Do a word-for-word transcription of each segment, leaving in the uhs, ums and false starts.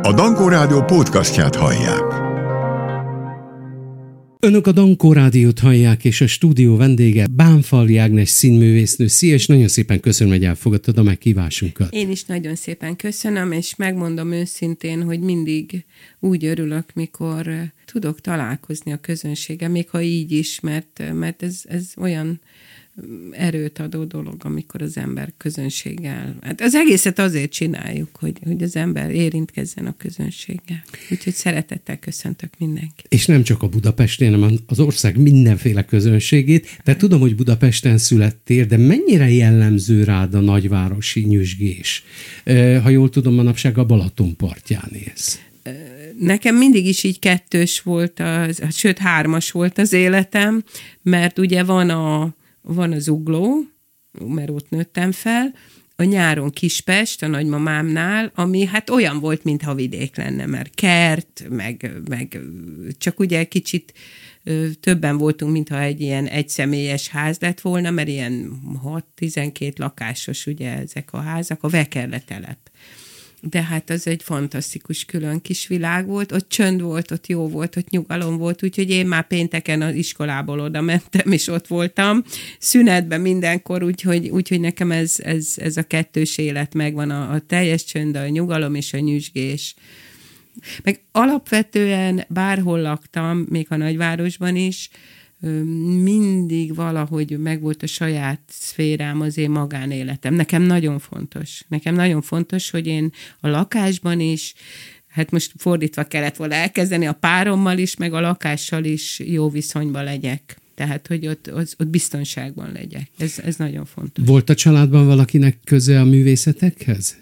A Dankó Rádió podcastját hallják. Önök a Dankó Rádiót hallják, és a stúdió vendége Bánfalvi Ágnes színművésznő. Szia, és nagyon szépen köszönöm, hogy elfogadtad a meghívásunkat. Én is nagyon szépen köszönöm, és megmondom őszintén, hogy mindig úgy örülök, mikor tudok találkozni a közönséggel, még ha így is, mert, mert ez, ez olyan erőt adó dolog, amikor az ember közönséggel. Hát az egészet azért csináljuk, hogy, hogy az ember érintkezzen a közönséggel. Úgyhogy szeretettel köszöntök mindenkit. És nem csak a Budapestén, hanem az ország mindenféle közönségét. De tudom, hogy Budapesten születtél, de mennyire jellemző rád a nagyvárosi nyüzsgés? Ha jól tudom, manapság a Balaton partján élsz. Nekem mindig is így kettős volt, az, sőt hármas volt az életem, mert ugye van a Van az Zugló, mert ott nőttem fel, a nyáron Kispest, a nagymamámnál, ami hát olyan volt, mintha vidék lenne, mert kert, meg, meg csak ugye kicsit többen voltunk, mintha egy ilyen egyszemélyes ház lett volna, mert ilyen hat-tizenkét lakásos ugye ezek a házak, a Vekerle telep. De hát az egy fantasztikus külön kis világ volt, ott csönd volt, ott jó volt, ott nyugalom volt, úgyhogy én már pénteken az iskolából oda mentem, és ott voltam, szünetben mindenkor, úgyhogy, úgyhogy nekem ez, ez, ez a kettős élet megvan, a, a teljes csönd, a nyugalom és a nyüzsgés. Meg alapvetően bárhol laktam, még a nagyvárosban is, mindig valahogy megvolt a saját szférám, az én magánéletem. Nekem nagyon fontos. Nekem nagyon fontos, hogy én a lakásban is, hát most fordítva kellett volna elkezdeni, a párommal is, meg a lakással is jó viszonyban legyek. Tehát, hogy ott, ott, ott biztonságban legyek. Ez, ez nagyon fontos. Volt a családban valakinek köze a művészetekhez?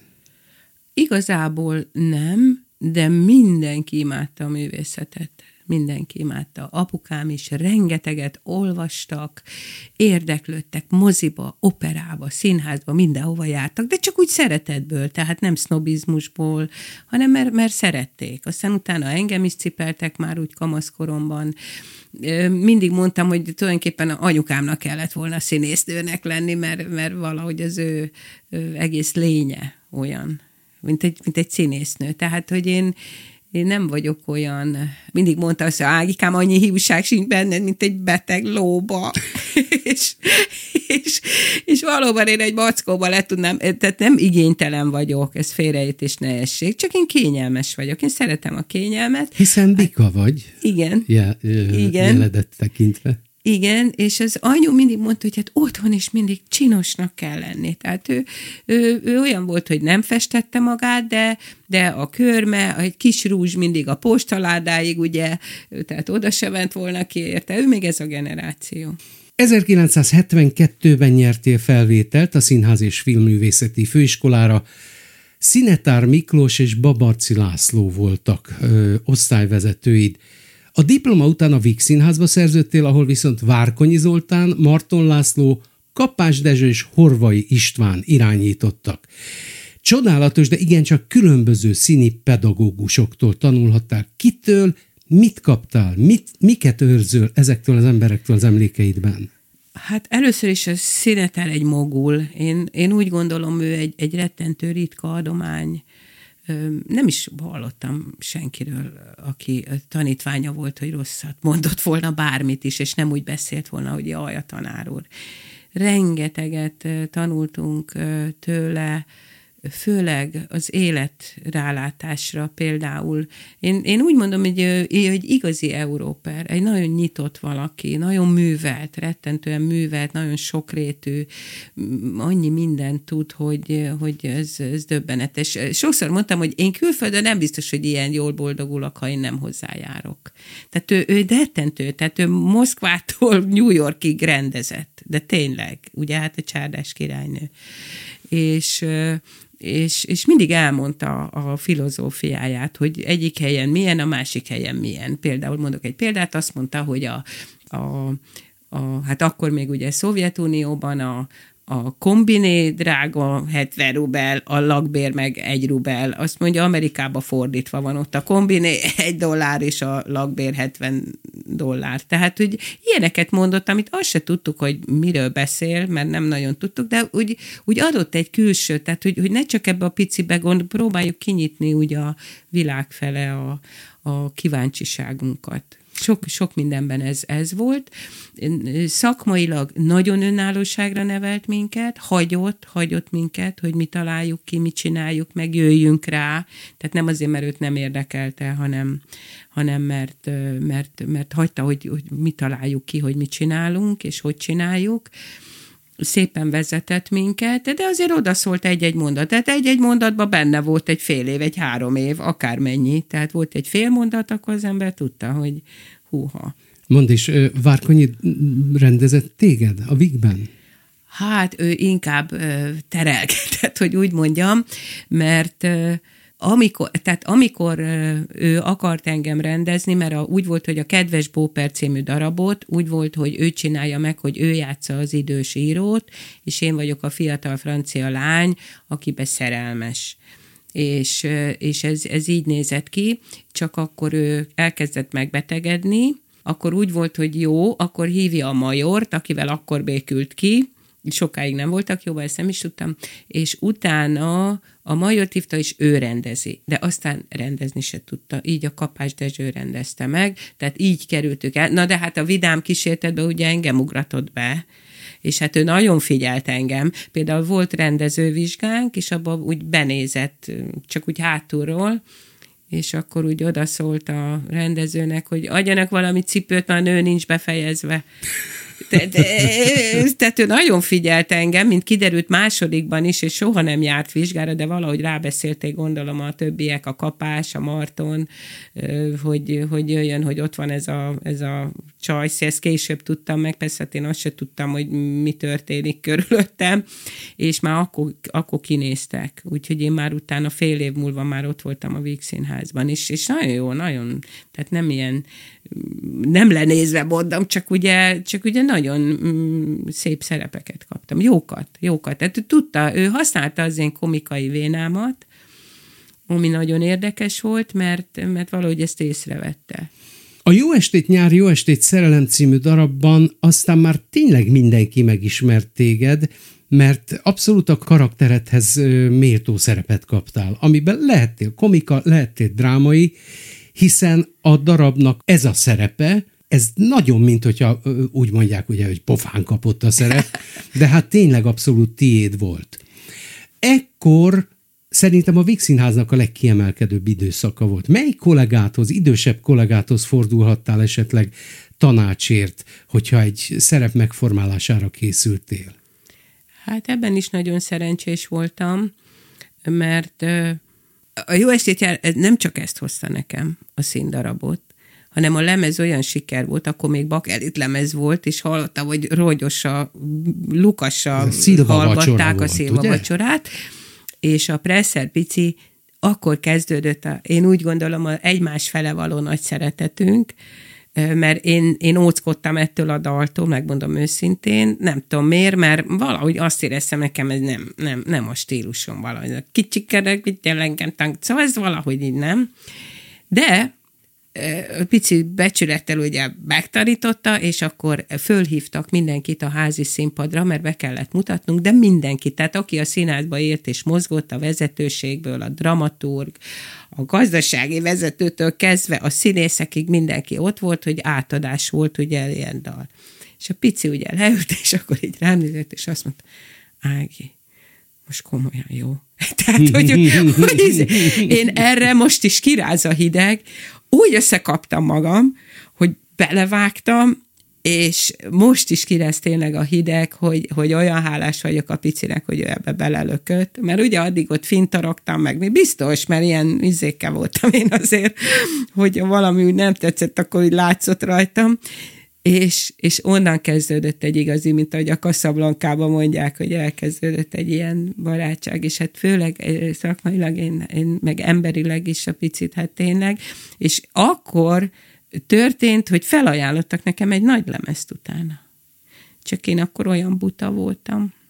Igazából nem, de mindenki imádta a művészetet. Mindenki imádta. Apukám is rengeteget olvastak, érdeklődtek moziba, operába, színházba, mindenhova jártak, de csak úgy szeretetből, tehát nem sznobizmusból, hanem mert, mert szerették. Aztán utána engem is cipeltek már úgy kamaszkoromban. Mindig mondtam, hogy tulajdonképpen anyukámnak kellett volna színésznőnek lenni, mert, mert valahogy az ő, ő egész lénye olyan, mint egy, mint egy színésznő. Tehát, hogy én Én nem vagyok olyan, mindig mondta azt, hogy Ágikám, annyi hiúság sincs benned, mint egy beteg lóba. és, és, és valóban én egy mackóba le tudnám, tehát nem igénytelen vagyok, ez félreértés, ne essék, csak én kényelmes vagyok, én szeretem a kényelmet. Hiszen bika vagy. Igen. Je, Igen. Jeledet tekintve. Igen, és az anyu mindig mondta, hogy hát otthon is mindig csinosnak kell lenni. Tehát ő, ő, ő olyan volt, hogy nem festette magát, de, de a körme, egy kis rúzs mindig a postaládáig, ugye, tehát oda se ment volna ki érte. Ő még ez a generáció. ezerkilencszázhetvenkettőben nyertél felvételt a Színház és Filmművészeti Főiskolára. Szinetár Miklós és Babarczy László voltak ö, osztályvezetőid. A diploma után a Víg Színházba szerződtél, ahol viszont Várkonyi Zoltán, Marton László, Kappás Dezső és Horvai István irányítottak. Csodálatos, de igencsak különböző színi pedagógusoktól tanulhattál. Kitől, mit kaptál, mit, miket őrzöl ezektől az emberektől az emlékeidben? Hát először is a Szinetár egy mogul. Én, én úgy gondolom, ő egy, egy rettentő ritka adomány. Nem is hallottam senkiről, aki tanítványa volt, hogy rosszat mondott volna bármit is, és nem úgy beszélt volna, hogy jaj, a tanár úr. Rengeteget tanultunk tőle, főleg az életrálátásra például. Én, én úgy mondom, hogy egy igazi európer, egy nagyon nyitott valaki, nagyon művelt, rettentően művelt, nagyon sokrétű, annyi mindent tud, hogy, hogy ez, ez döbbenetes. Sokszor mondtam, hogy én külföldön nem biztos, hogy ilyen jól boldogulok, ha én nem hozzájárok. Tehát ő, ő rettentő, tehát ő Moszkvától New Yorkig rendezett, de tényleg, ugye hát a csárdás királynő. És És, és mindig elmondta a filozófiáját, hogy egyik helyen milyen, a másik helyen milyen. Például mondok egy példát, azt mondta, hogy a, a, a hát akkor még ugye Szovjetunióban a, a kombiné drága hetven rubel, a lakbér meg egy rubel. Azt mondja, Amerikában fordítva van, ott a kombiné egy dollár, és a lakbér hetven dollár. Tehát, hogy ilyeneket mondott, amit azt se tudtuk, hogy miről beszél, mert nem nagyon tudtuk, de úgy, úgy adott egy külső, tehát, hogy, hogy ne csak ebbe a picibe gond, próbáljuk kinyitni úgy a világ fele a, a kíváncsiságunkat. Sok, sok mindenben ez, ez volt. Szakmailag nagyon önállóságra nevelt minket, hagyott, hagyott minket, hogy mi találjuk ki, mi csináljuk, meg jöjjünk rá. Tehát nem azért, mert őt nem érdekelte, hanem, hanem mert, mert, mert hagyta, hogy, hogy mi találjuk ki, hogy mit csinálunk, és hogy csináljuk. Szépen vezetett minket, de azért odaszólt egy-egy mondat. Tehát egy-egy mondatban benne volt egy fél év, egy három év, akármennyi. Tehát volt egy fél mondat, akkor az ember tudta, hogy húha. Mondd is, Várkonyi rendezett téged a Vígben? Hát ő inkább terelgetett, hogy úgy mondjam, mert Amikor, tehát amikor ő akart engem rendezni, mert a, úgy volt, hogy a Kedves Bóper című darabot, úgy volt, hogy ő csinálja meg, hogy ő játsza az idős írót, és én vagyok a fiatal francia lány, akibe szerelmes. És, és ez, ez így nézett ki, csak akkor ő elkezdett megbetegedni, akkor úgy volt, hogy jó, akkor hívja a majort, akivel akkor békült ki, sokáig nem voltak jóban, ezt nem is tudtam, és utána a majort hívta, és ő rendezi. De aztán rendezni se tudta. Így a Kapás Dezső rendezte meg, tehát így kerültük el. Na de hát a vidám kísértetben ugye engem ugratott be, és hát ő nagyon figyelt engem. Például volt rendezővizsgánk, és abban úgy benézett, csak úgy hátulról, és akkor úgy odaszólt a rendezőnek, hogy adjanak valami cipőt, mert a nő nincs befejezve. De, de, tehát ő nagyon figyelt engem, mint kiderült másodikban is, és soha nem járt vizsgára, de valahogy rábeszélték, gondolom a többiek, a Kapás, a Marton, hogy, hogy jöjjön, hogy ott van ez a, ez a csajsz, ezt később tudtam meg, persze én azt sem tudtam, hogy mi történik körülöttem, és már akkor, akkor kinéztek. Úgyhogy én már utána fél év múlva már ott voltam a Víg Színházban is, és nagyon jó, nagyon, tehát nem ilyen, nem lenézve mondom, csak ugye, csak ugye nagyon mm, szép szerepeket kaptam. Jókat, jókat. Tehát tudta, ő használta az én komikai vénámat, ami nagyon érdekes volt, mert, mert valahogy ezt észrevette. A Jó estét nyár, Jó estét szerelem című darabban aztán már tényleg mindenki megismert téged, mert abszolút a karakteredhez méltó szerepet kaptál, amiben lehettél komika, lehettél drámai, hiszen a darabnak ez a szerepe, ez nagyon, mint hogyha úgy mondják, ugye, hogy pofán kapott a szerep, de hát tényleg abszolút tiéd volt. Ekkor szerintem a Víg Színháznak a legkiemelkedőbb időszaka volt. Mely kollégáthoz, idősebb kollégáthoz fordulhattál esetleg tanácsért, hogyha egy szerep megformálására készültél? Hát ebben is nagyon szerencsés voltam, mert a Jó estét jár, nem csak ezt hozta nekem, a színdarabot, hanem a lemez olyan siker volt, akkor még Bakelit lemez volt, és hallottam, hogy Rogyosa, Lukassa hallgatták a Szilva vacsorát, és a Presser Pici, akkor kezdődött, a, én úgy gondolom, a egymás fele való nagy szeretetünk, mert én, én óckodtam ettől a daltól, megmondom őszintén, nem tudom miért, mert valahogy azt éreztem, nekem ez nem, nem, nem a stílusom valahogy. Kicsikerek, tényleg, szóval ez valahogy így nem. De pici becsülettel ugye megtanította, és akkor fölhívtak mindenkit a házi színpadra, mert be kellett mutatnunk, de mindenkit, tehát aki a színházba ért és mozgott, a vezetőségből, a dramaturg, a gazdasági vezetőtől kezdve a színészekig mindenki ott volt, hogy átadás volt ugye ilyen dal. És a pici ugye leült, és akkor így rám nézett, és azt mondta, Ági, most komolyan jó. Tehát, hogy, hogy én erre most is kiráz a hideg, úgy összekaptam magam, hogy belevágtam, és most is kiráz tényleg a hideg, hogy, hogy olyan hálás vagyok a picinek, hogy ő ebbe belelökött, mert ugye addig ott fintarogtam meg, mi biztos, mert ilyen izékkel voltam én azért, hogy valami úgy nem tetszett, akkor úgy látszott rajtam, és, és onnan kezdődött egy igazi, mint ahogy a Casablancában mondják, hogy elkezdődött egy ilyen barátság, és hát főleg szakmailag, én, én meg emberileg is a picit, hát tényleg, és akkor történt, hogy felajánlottak nekem egy nagy lemezt utána. Csak én akkor olyan buta voltam,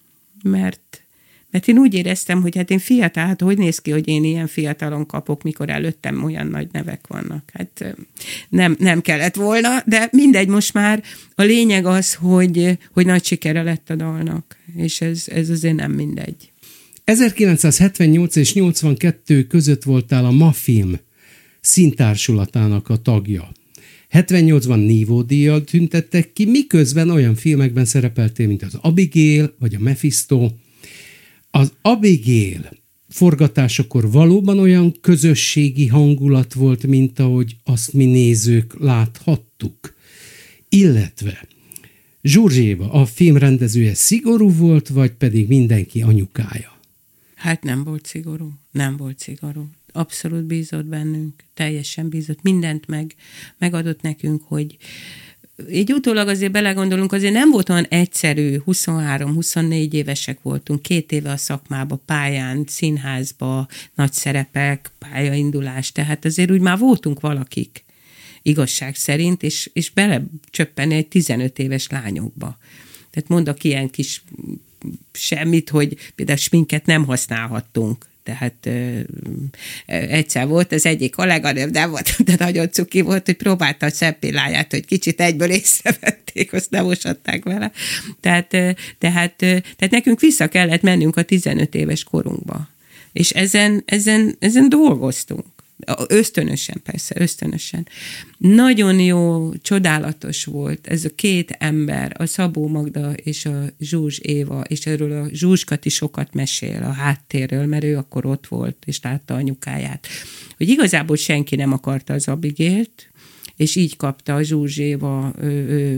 mert Mert én úgy éreztem, hogy hát én fiatal, hát hogy néz ki, hogy én ilyen fiatalon kapok, mikor előttem olyan nagy nevek vannak. Hát nem, nem kellett volna, de mindegy, most már a lényeg az, hogy, hogy nagy sikere lett a dalnak, és ez, ez azért nem mindegy. ezerkilencszázhetvennyolc és nyolcvankettő között voltál a MAFILM színtársulatának a tagja. hetvennyolcban nívódíjjal tüntettek ki, miközben olyan filmekben szerepeltél, mint az Abigail vagy a Mephisto. Az Abigail forgatásakor valóban olyan közösségi hangulat volt, mint ahogy azt mi nézők láthattuk. Illetve Zsurzséva, a film rendezője szigorú volt, vagy pedig mindenki anyukája? Hát nem volt szigorú, nem volt szigorú. Abszolút bízott bennünk, teljesen bízott, mindent meg, megadott nekünk, hogy így utólag azért belegondolunk, azért nem volt olyan egyszerű, huszonhárom-huszonnégy évesek voltunk, két éve a szakmába, pályán, színházba, nagy szerepek, pályaindulás, tehát azért úgy már voltunk valakik igazság szerint, és, és belecsöppenni egy tizenöt éves lányokba. Tehát mondok ilyen kis semmit, hogy például sminket nem használhattunk. Tehát ö, egyszer volt, az egyik kolléganőm nem volt, de nagyon cuki volt, hogy próbálta a szempilláját, hogy kicsit egyből észrevették, azt nem mosatták vele. Tehát, ö, tehát, ö, tehát nekünk vissza kellett mennünk a tizenöt éves korunkba. És ezen, ezen, ezen dolgoztunk. Ösztönösen, persze, ösztönösen. Nagyon jó, csodálatos volt ez a két ember, a Szabó Magda és a Zsuzs Éva, és erről a Zsuzskati sokat mesél a háttérről, mert ő akkor ott volt, és látta anyukáját. Hogy igazából senki nem akarta az Abigélt, és így kapta a Zsuzs Éva, ő, ő,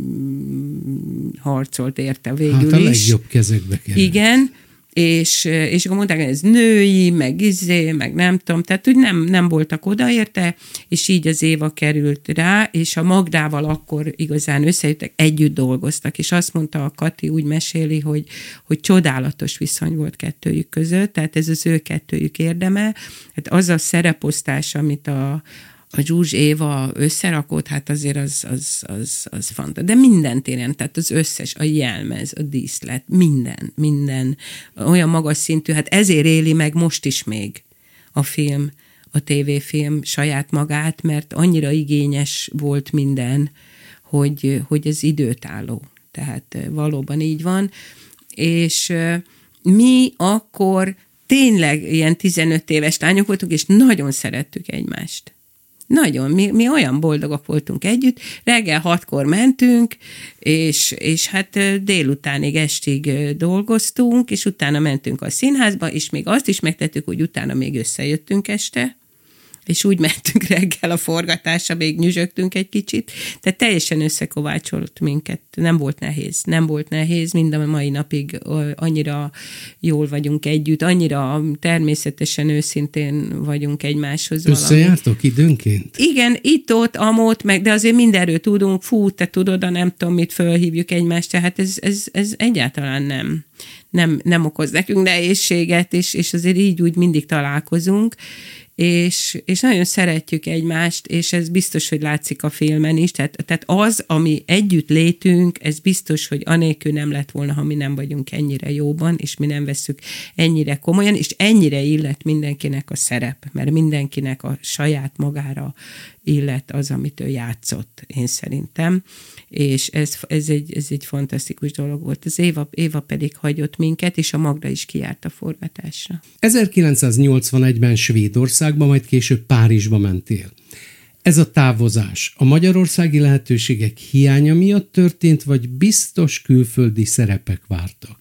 harcolt érte végül is. Hát a legjobb kezekbe került. Igen, és, és akkor mondták, hogy ez női, meg izé, meg nem tudom, tehát úgy nem, nem voltak odaérte, és így az Éva került rá, és a Magdával akkor igazán összejöttek, együtt dolgoztak, és azt mondta a Kati, úgy meséli, hogy, hogy csodálatos viszony volt kettőjük között, tehát ez az ő kettőjük érdeme, hát az a szereposztás, amit a a Zsuzs Éva összerakott, hát azért az, az, az, az fantasztikus. De minden téren, tehát az összes, a jelmez, a díszlet, minden, minden olyan magas szintű, hát ezért éli meg most is még a film, a tévéfilm saját magát, mert annyira igényes volt minden, hogy, hogy ez időtálló. Tehát valóban így van. És mi akkor tényleg ilyen tizenöt éves lányok voltunk, és nagyon szerettük egymást. Nagyon, mi, mi olyan boldogok voltunk együtt, reggel hatkor mentünk, és, és hát délutánig, estig dolgoztunk, és utána mentünk a színházba, és még azt is megtettük, hogy utána még összejöttünk este, és úgy mentünk reggel a forgatásra, még nyüzsögtünk egy kicsit, tehát teljesen összekovácsolt minket, nem volt nehéz, nem volt nehéz, mind a mai napig annyira jól vagyunk együtt, annyira természetesen őszintén vagyunk egymáshoz. Összejártok időnként? Igen, itt-ott, amott, meg, de azért mindenről tudunk, fú, te tudod, a nem tudom mit, fölhívjuk egymást, tehát ez, ez, ez egyáltalán nem, nem, nem okoz nekünk nehézséget, és, és azért így úgy mindig találkozunk, És, és nagyon szeretjük egymást, és ez biztos, hogy látszik a filmen is, tehát, tehát az, ami együtt létünk, ez biztos, hogy anélkül nem lett volna, ha mi nem vagyunk ennyire jóban, és mi nem vesszük ennyire komolyan, és ennyire illet mindenkinek a szerep, mert mindenkinek a saját magára illet az, amit ő játszott, én szerintem, és ez, ez, egy, ez egy fantasztikus dolog volt. Az Éva, Éva pedig hagyott minket, és a Magda is kijárt a forgatásra. ezerkilencszáznyolcvanegyben Svédországba, majd később Párizsba mentél. Ez a távozás a magyarországi lehetőségek hiánya miatt történt, vagy biztos külföldi szerepek vártak?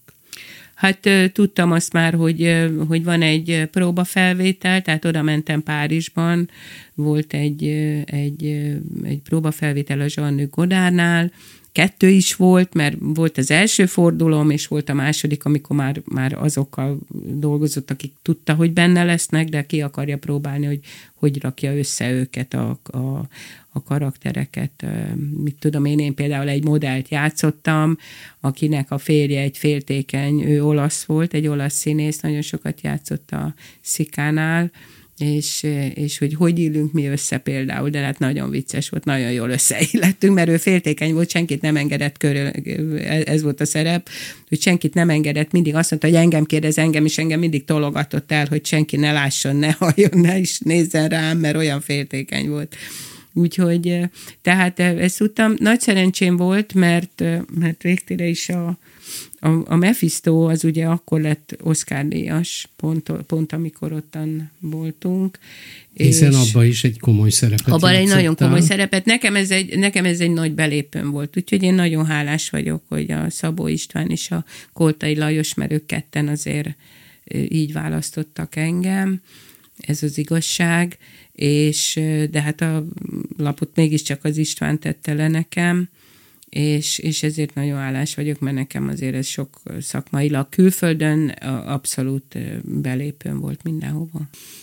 Hát tudtam azt már, hogy, hogy van egy próbafelvétel, tehát oda mentem Párizsban, volt egy, egy, egy próbafelvétel a Jean-Luc Godardnál, kettő is volt, mert volt az első fordulóm, és volt a második, amikor már, már azokkal dolgozott, akik tudta, hogy benne lesznek, de ki akarja próbálni, hogy hogy rakja össze őket, a, a, a karaktereket. Mit tudom én, én például egy modellt játszottam, akinek a férje egy féltékeny, ő olasz volt, egy olasz színész, nagyon sokat játszott a Szikánál, és, és hogy hogy illünk mi össze például, de hát nagyon vicces volt, nagyon jól összeillettünk, mert ő féltékeny volt, senkit nem engedett körül, ez volt a szerep, hogy senkit nem engedett, mindig azt mondta, hogy engem kérdez, engem, és engem mindig tologatott el, hogy senki ne lásson, ne halljon, ne is nézzen rám, mert olyan féltékeny volt. Úgyhogy, tehát ezt tudtam, nagy szerencsém volt, mert, mert végtére is a A, a Mephisto az ugye akkor lett Oscar-díjas, pont, pont amikor ottan voltunk. Hiszen abban is egy komoly szerepet Abban egy nagyon komoly szerepet. Nekem ez, egy, nekem ez egy nagy belépőm volt, úgyhogy én nagyon hálás vagyok, hogy a Szabó István és a Koltai Lajos, mert ők ketten azért így választottak engem. Ez az igazság, és de hát a lapot mégiscsak az István tette le nekem, És, és ezért nagyon hálás vagyok, mert nekem azért ez sok szakmailag külföldön abszolút belépőm volt mindenhova.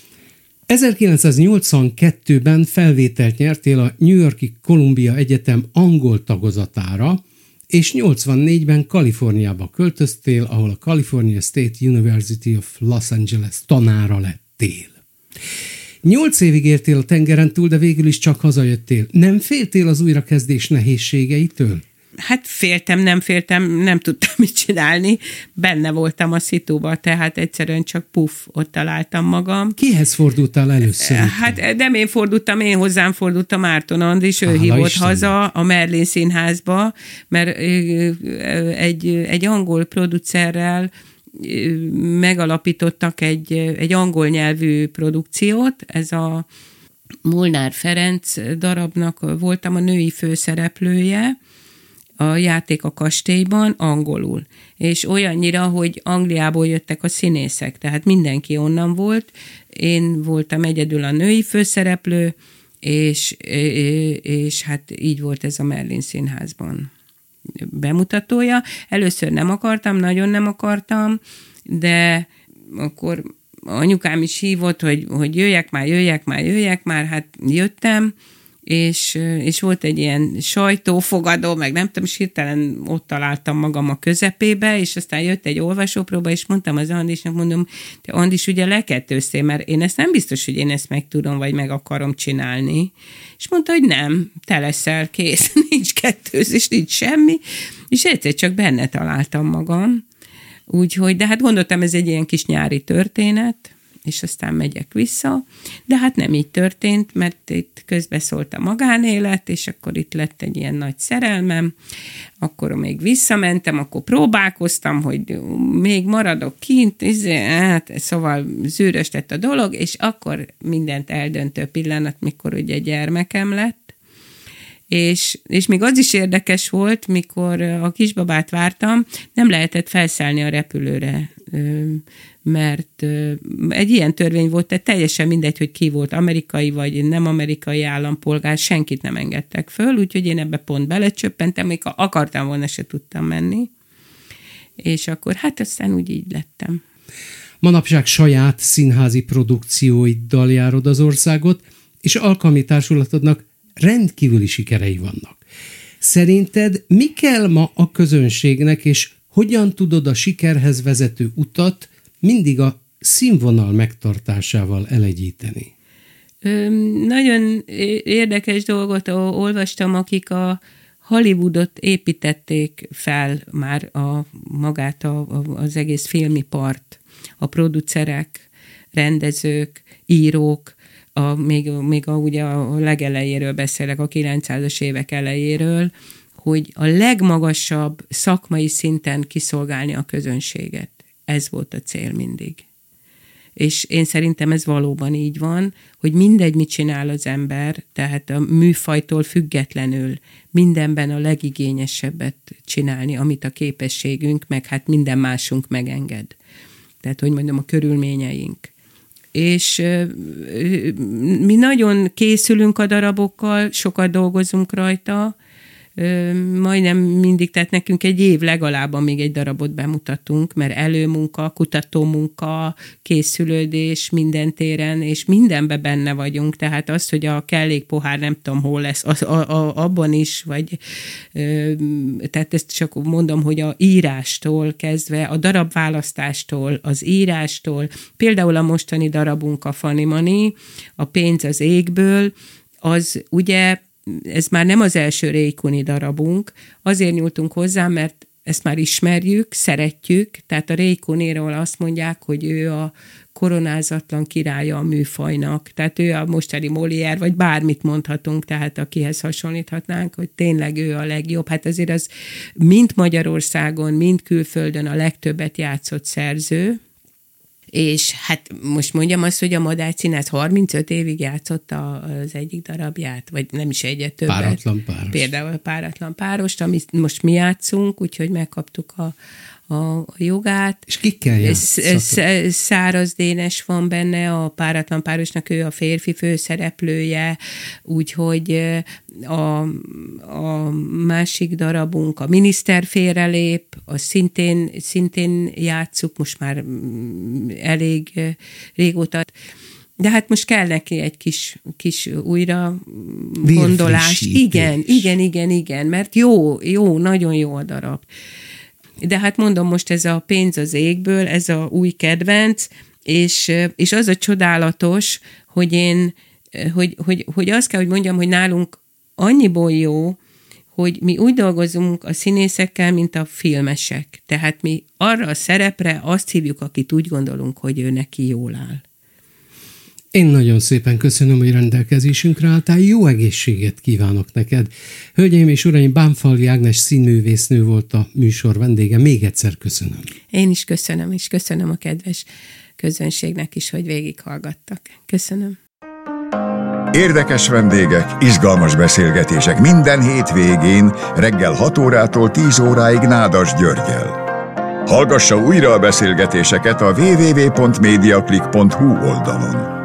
ezerkilencszáznyolcvankettőben felvételt nyertél a New York-i Columbia Egyetem angol tagozatára, és nyolcvannégyben Kaliforniába költöztél, ahol a California State University of Los Angeles tanára lettél. Nyolc évig éltél a tengeren túl, de végül is csak hazajöttél. Nem féltél az újrakezdés nehézségeitől? Hát féltem, nem féltem, nem tudtam mit csinálni. Benne voltam a szituba, tehát egyszerűen csak puff, ott találtam magam. Kihez fordultál először? Hát nem én fordultam, én hozzám fordultam Márton Andris, ő Hála hívott Istennek. haza a Merlin Színházba, mert egy, egy angol producerrel megalapítottak egy, egy angol nyelvű produkciót, ez a Molnár Ferenc darabnak voltam a női főszereplője, a Játék a kastélyban angolul. És olyannyira, hogy Angliából jöttek a színészek, tehát mindenki onnan volt, én voltam egyedül a női főszereplő, és, és hát így volt ez a Merlin Színházban bemutatója. Először nem akartam, nagyon nem akartam, de akkor anyukám is hívott, hogy, hogy jöjjek már, jöjjek már, jöjjek már, hát jöttem, és, és volt egy ilyen sajtófogadó, meg nem tudom, és hirtelen ott találtam magam a közepébe, és aztán jött egy olvasópróba, és mondtam az Andisnak, mondom, te Andis, ugye lekettőztél, mert én ezt nem biztos, hogy én ezt meg tudom, vagy meg akarom csinálni. És mondta, hogy nem, te leszel, kész, nincs kettőzés, nincs semmi, és egyszer csak benne találtam magam. Úgyhogy, de hát gondoltam, ez egy ilyen kis nyári történet, és aztán megyek vissza, de hát nem így történt, mert itt közbeszólt a magánélet, és akkor itt lett egy ilyen nagy szerelmem, akkor még visszamentem, akkor próbálkoztam, hogy még maradok kint, hát, szóval zűrös lett a dolog, és akkor mindent eldöntő pillanat, mikor ugye gyermekem lett, És, és még az is érdekes volt, mikor a kisbabát vártam, nem lehetett felszállni a repülőre, mert egy ilyen törvény volt, tehát teljesen mindegy, hogy ki volt, amerikai vagy nem amerikai állampolgár, senkit nem engedtek föl, úgyhogy én ebbe pont belecsöppentem, még ha akartam volna, se tudtam menni. És akkor hát aztán úgy így lettem. Manapság saját színházi produkcióiddal járod az országot, és alkalmi társulatodnak rendkívüli sikerei vannak. Szerinted mi kell ma a közönségnek, és hogyan tudod a sikerhez vezető utat mindig a színvonal megtartásával elegyíteni? Ö, nagyon érdekes dolgot olvastam, akik a Hollywoodot építették fel már a, magát a, a, az egész filmipart, a producerek, rendezők, írók, A, még, még a, ugye a legelejéről beszélek, a kilencszázas évek elejéről, hogy a legmagasabb szakmai szinten kiszolgálni a közönséget. Ez volt a cél mindig. És én szerintem ez valóban így van, hogy mindegy, mit csinál az ember, tehát a műfajtól függetlenül mindenben a legigényesebbet csinálni, amit a képességünk, meg hát minden másunk megenged. Tehát, hogy mondjam, a körülményeink. És mi nagyon készülünk a darabokkal, sokat dolgozunk rajta, majdnem mindig, tehát nekünk egy év legalább, amíg egy darabot bemutatunk, mert előmunka, kutatómunka, készülődés minden téren, és mindenben benne vagyunk, tehát az, hogy a kellék pohár nem tudom hol lesz, az, a, a, abban is, vagy tehát ezt csak mondom, hogy a írástól kezdve, a darabválasztástól, az írástól, például a mostani darabunk, a Funny Money, a Pénz az égből, az ugye, ez már nem az első Ray Cooney darabunk, azért nyúltunk hozzá, mert ezt már ismerjük, szeretjük, tehát a Ray Cooneyról azt mondják, hogy ő a koronázatlan királya a műfajnak, tehát ő a mostani Molière, vagy bármit mondhatunk, tehát akihez hasonlíthatnánk, hogy tényleg ő a legjobb. Hát azért az mind Magyarországon, mind külföldön a legtöbbet játszott szerző, és hát most mondjam azt, hogy a Madách Színház harmincöt évig játszotta az egyik darabját, vagy nem is egyet, többet. Páratlan páros. Például a Páratlan párost, amit most mi játszunk, úgyhogy megkaptuk a, a jogát. És kikkel játszatok? Száraz Dénes van benne, a Páratlan párosnak ő a férfi főszereplője, úgyhogy a, a másik darabunk, a Miniszter félrelép, a szintén, szintén játsszuk, most már elég régóta. De hát most kell neki egy kis, kis újra gondolás. Igen, igen, igen, igen, mert jó, jó, nagyon jó a darab. De hát mondom, most ez a Pénz az égből, ez a új kedvenc, és, és az a csodálatos, hogy én, hogy, hogy, hogy azt kell, hogy mondjam, hogy nálunk annyiból jó, hogy mi úgy dolgozunk a színészekkel, mint a filmesek. Tehát mi arra a szerepre azt hívjuk, akit úgy gondolunk, hogy ő neki jól áll. Én nagyon szépen köszönöm, hogy rendelkezésünkre álltál, jó egészséget kívánok neked. Hölgyeim és uraim, Bánfalvi Ágnes színművésznő volt a műsor vendége, még egyszer köszönöm. Én is köszönöm, és köszönöm a kedves közönségnek is, hogy végighallgattak. Köszönöm. Érdekes vendégek, izgalmas beszélgetések minden hétvégén reggel hat órától tíz óráig Nádas Györggyel. Hallgassa újra a beszélgetéseket a double-u double-u double-u pont mediaclick pont hu oldalon.